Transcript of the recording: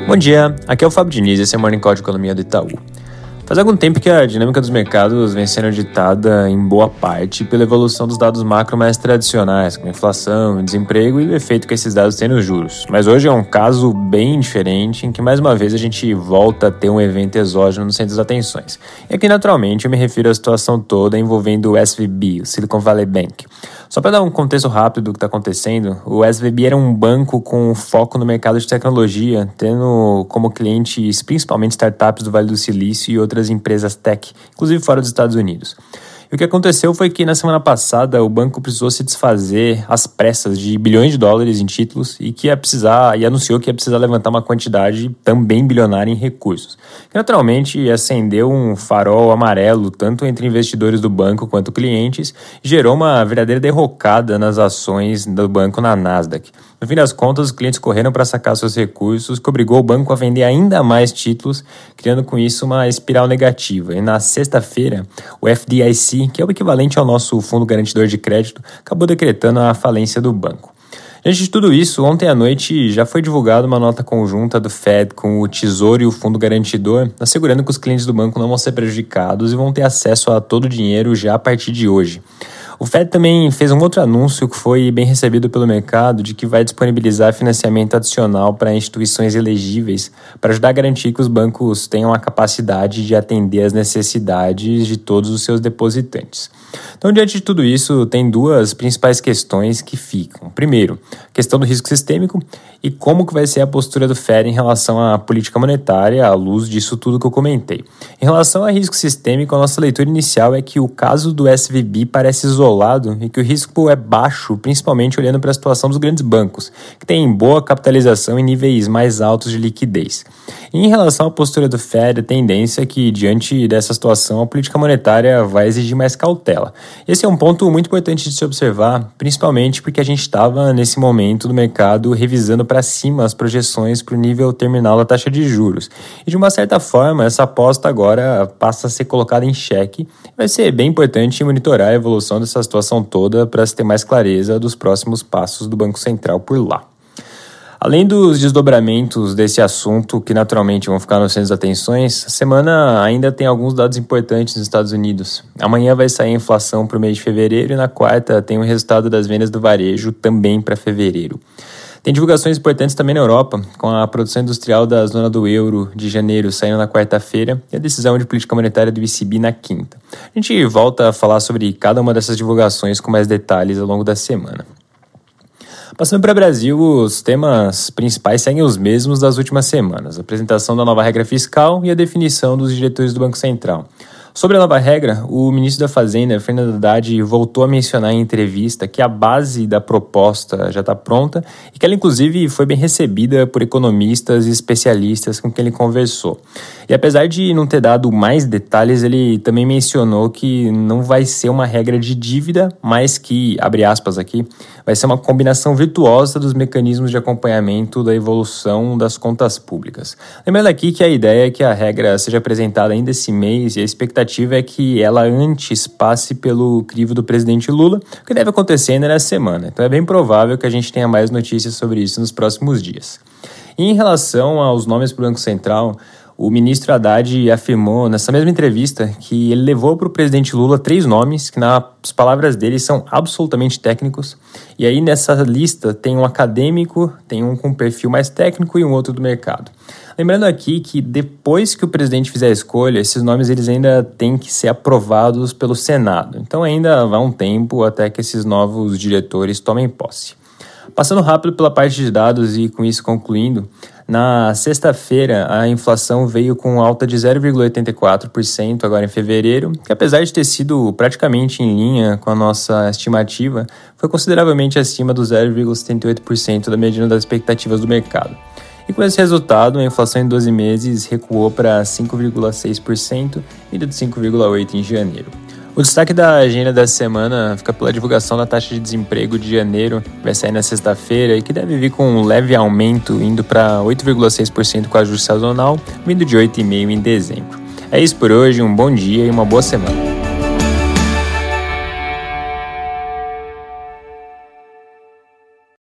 Bom dia, aqui é o Fábio Diniz e esse é o Morning Call de Economia do Itaú. Faz algum tempo que a dinâmica dos mercados vem sendo ditada em boa parte pela evolução dos dados macro mais tradicionais, como inflação, desemprego e o efeito que esses dados têm nos juros. Mas hoje é um caso bem diferente em que mais uma vez a gente volta a ter um evento exógeno no centro das atenções. E aqui naturalmente eu me refiro à situação toda envolvendo o SVB, o Silicon Valley Bank. Só para dar um contexto rápido do que está acontecendo, o SVB era um banco com foco no mercado de tecnologia, tendo como clientes principalmente startups do Vale do Silício e outras empresas tech, inclusive fora dos Estados Unidos. E o que aconteceu foi que na semana passada o banco precisou se desfazer às pressas de bilhões de dólares em títulos e anunciou que ia precisar levantar uma quantidade também bilionária em recursos. Que naturalmente acendeu um farol amarelo tanto entre investidores do banco quanto clientes e gerou uma verdadeira derrocada nas ações do banco na Nasdaq. No fim das contas, os clientes correram para sacar seus recursos, que obrigou o banco a vender ainda mais títulos, criando com isso uma espiral negativa. E na sexta-feira, o FDIC, que é o equivalente ao nosso Fundo Garantidor de Crédito, acabou decretando a falência do banco. Diante de tudo isso, ontem à noite já foi divulgada uma nota conjunta do Fed com o Tesouro e o Fundo Garantidor, assegurando que os clientes do banco não vão ser prejudicados e vão ter acesso a todo o dinheiro já a partir de hoje. O Fed também fez um outro anúncio que foi bem recebido pelo mercado de que vai disponibilizar financiamento adicional para instituições elegíveis para ajudar a garantir que os bancos tenham a capacidade de atender às necessidades de todos os seus depositantes. Então, diante de tudo isso, tem duas principais questões que ficam. Primeiro, a questão do risco sistêmico e como que vai ser a postura do Fed em relação à política monetária à luz disso tudo que eu comentei. Em relação a risco sistêmico, a nossa leitura inicial é que o caso do SVB parece isolado e que o risco é baixo, principalmente olhando para a situação dos grandes bancos, que têm boa capitalização e níveis mais altos de liquidez. E em relação à postura do Fed, a tendência é que, diante dessa situação, a política monetária vai exigir mais cautela. Esse é um ponto muito importante de se observar, principalmente porque a gente estava, nesse momento do mercado, revisando para cima as projeções para o nível terminal da taxa de juros. E, de uma certa forma, essa aposta agora passa a ser colocada em xeque. Vai ser bem importante monitorar a evolução dessa situação toda para se ter mais clareza dos próximos passos do Banco Central por lá. Além dos desdobramentos desse assunto, que naturalmente vão ficar no centro das atenções, a semana ainda tem alguns dados importantes nos Estados Unidos. Amanhã vai sair a inflação para o mês de fevereiro e na quarta tem o resultado das vendas do varejo também para fevereiro. Tem divulgações importantes também na Europa, com a produção industrial da zona do euro de janeiro saindo na quarta-feira e a decisão de política monetária do ECB na quinta. A gente volta a falar sobre cada uma dessas divulgações com mais detalhes ao longo da semana. Passando para o Brasil, os temas principais seguem os mesmos das últimas semanas: a apresentação da nova regra fiscal e a definição dos diretores do Banco Central. Sobre a nova regra, o ministro da Fazenda, Fernando Haddad, voltou a mencionar em entrevista que a base da proposta já está pronta e que ela, inclusive, foi bem recebida por economistas e especialistas com quem ele conversou. E apesar de não ter dado mais detalhes, ele também mencionou que não vai ser uma regra de dívida, mas que, abre aspas aqui, vai ser uma combinação virtuosa dos mecanismos de acompanhamento da evolução das contas públicas. Lembrando aqui que a ideia é que a regra seja apresentada ainda esse mês e a expectativa é que ela antes passe pelo crivo do presidente Lula, o que deve acontecer ainda nessa semana. Então é bem provável que a gente tenha mais notícias sobre isso nos próximos dias. E em relação aos nomes para o Banco Central, o ministro Haddad afirmou nessa mesma entrevista que ele levou para o presidente Lula 3 nomes que, nas palavras dele, são absolutamente técnicos. E aí nessa lista tem um acadêmico, tem um com perfil mais técnico e um outro do mercado. Lembrando aqui que depois que o presidente fizer a escolha, esses nomes eles ainda têm que ser aprovados pelo Senado. Então ainda vai um tempo até que esses novos diretores tomem posse. Passando rápido pela parte de dados e com isso concluindo, na sexta-feira a inflação veio com alta de 0,84% agora em fevereiro, que apesar de ter sido praticamente em linha com a nossa estimativa, foi consideravelmente acima do 0,78% da medida das expectativas do mercado. E com esse resultado, a inflação em 12 meses recuou para 5,6%, indo de 5,8% em janeiro. O destaque da agenda dessa semana fica pela divulgação da taxa de desemprego de janeiro, que vai sair na sexta-feira e que deve vir com um leve aumento, indo para 8,6% com ajuste sazonal, vindo de 8,5% em dezembro. É isso por hoje, um bom dia e uma boa semana.